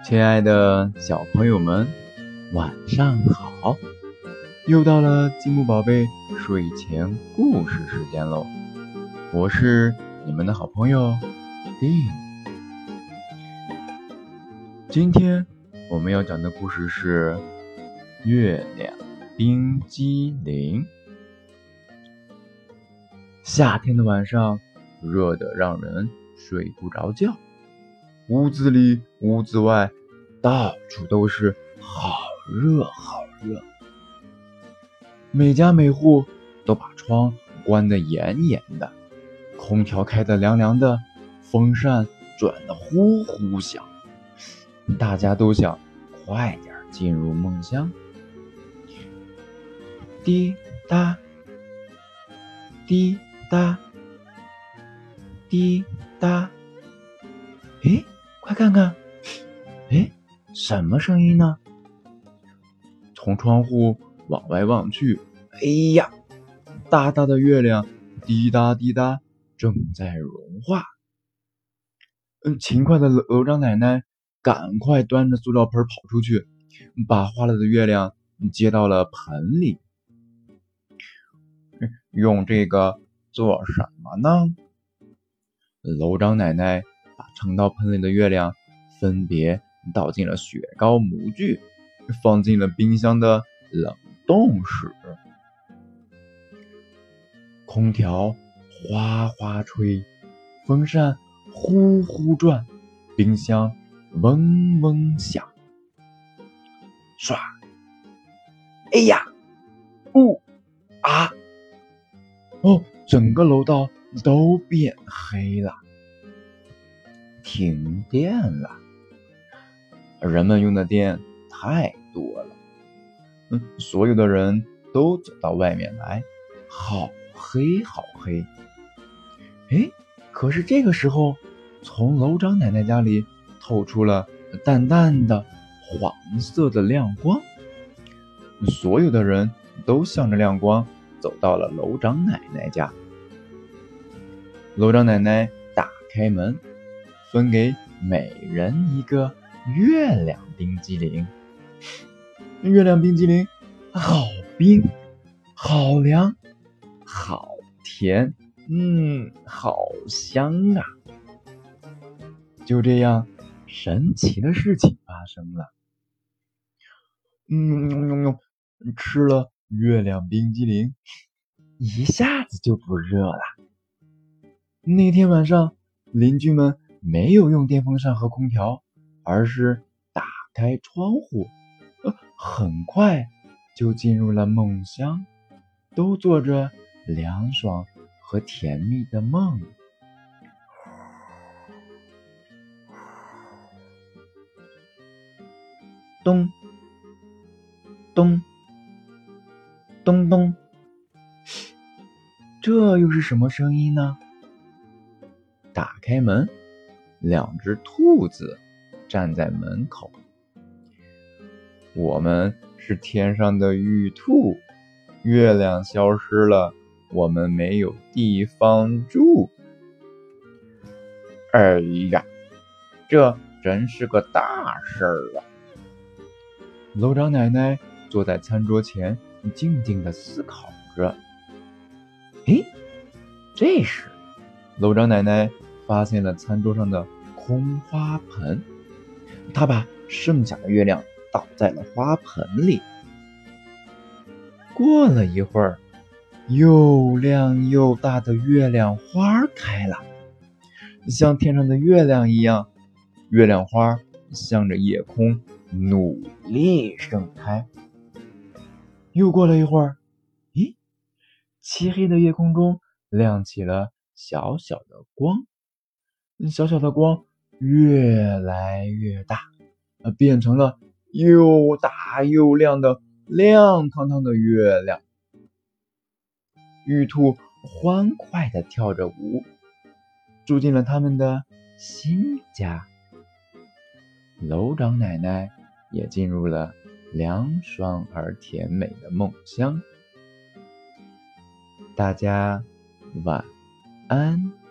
亲爱的小朋友们，晚上好！又到了积木宝贝睡前故事时间喽，我是你们的好朋友丁。今天我们要讲的故事是月亮冰激凌。夏天的晚上，热得让人睡不着觉，屋子里屋子外到处都是好热好热，每家每户都把窗关得严严的，空调开得凉凉的，风扇转得呼呼响，大家都想快点进入梦乡。滴答滴答滴答，诶，快看看，诶，什么声音呢？从窗户往外望去，哎呀，大大的月亮滴答滴答正在融化。勤快的楼长奶奶赶快端着塑料盆跑出去，把化了的月亮接到了盆里。用这个做什么呢？楼长奶奶把盛到盆里的月亮分别倒进了雪糕模具，放进了冰箱的冷冻室。空调哗哗吹，风扇呼呼转，冰箱嗡嗡响。唰！哎呀！整个楼道都变黑了，停电了。人们用的电太多了，所有的人都走到外面来，好黑好黑。可是这个时候，从楼长奶奶家里透出了淡淡的黄色的亮光，所有的人都向着亮光走到了楼长奶奶家。楼长奶奶打开门，分给每人一个月亮冰激凌。月亮冰激凌好冰，好凉，好甜，好香啊！就这样，神奇的事情发生了。吃了月亮冰激凌，一下子就不热了。那天晚上，邻居们没有用电风扇和空调，而是打开窗户，很快就进入了梦乡，都做着凉爽和甜蜜的梦。咚咚咚咚，这又是什么声音呢？打开门，两只兔子站在门口。我们是天上的玉兔，月亮消失了，我们没有地方住。哎呀，这真是个大事儿啊！楼长奶奶坐在餐桌前，静静地思考着。这时，楼长奶奶发现了餐桌上的空花盆，她把剩下的月亮倒在了花盆里。过了一会儿，又亮又大的月亮花开了，像天上的月亮一样，月亮花向着夜空努力盛开。又过了一会儿，漆黑的夜空中亮起了小小的光，小小的光越来越大，变成了又大又亮的亮堂堂的月亮。玉兔欢快地跳着舞，住进了他们的新家。楼长奶奶也进入了凉爽而甜美的梦乡。大家晚安。